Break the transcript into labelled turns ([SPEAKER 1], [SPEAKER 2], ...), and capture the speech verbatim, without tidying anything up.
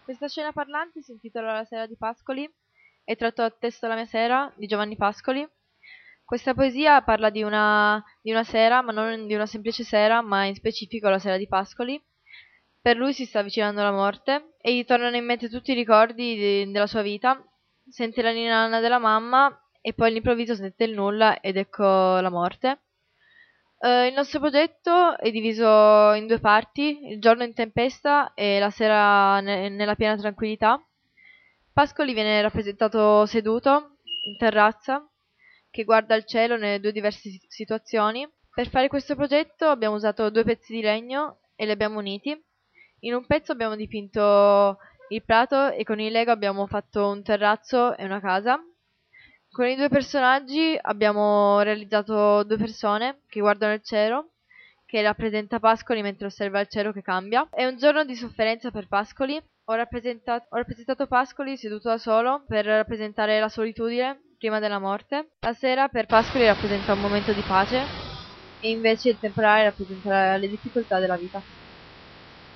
[SPEAKER 1] Questa scena parlante si intitola La sera di Pascoli, è tratto da Testo la mia sera di Giovanni Pascoli. Questa poesia parla di una, di una sera, ma non di una semplice sera, ma in specifico la sera di Pascoli. Per lui si sta avvicinando la morte e gli tornano in mente tutti i ricordi di- della sua vita. Sente la ninna della mamma e poi all'improvviso sente il nulla ed ecco la morte. Eh, il nostro progetto è diviso in due parti, il giorno in tempesta e la sera ne- nella piena tranquillità. Pascoli viene rappresentato seduto in terrazza, che guarda il cielo nelle due diverse si- situazioni. Per fare questo progetto abbiamo usato due pezzi di legno e li abbiamo uniti. In un pezzo abbiamo dipinto il prato e con il Lego abbiamo fatto un terrazzo e una casa. Con i due personaggi abbiamo realizzato due persone che guardano il cielo, che rappresenta Pascoli mentre osserva il cielo che cambia. È un giorno di sofferenza per Pascoli. Ho rappresentato, ho rappresentato Pascoli seduto da solo per rappresentare la solitudine prima della morte. La sera per Pascoli rappresenta un momento di pace e invece il temporale rappresenta le difficoltà della vita.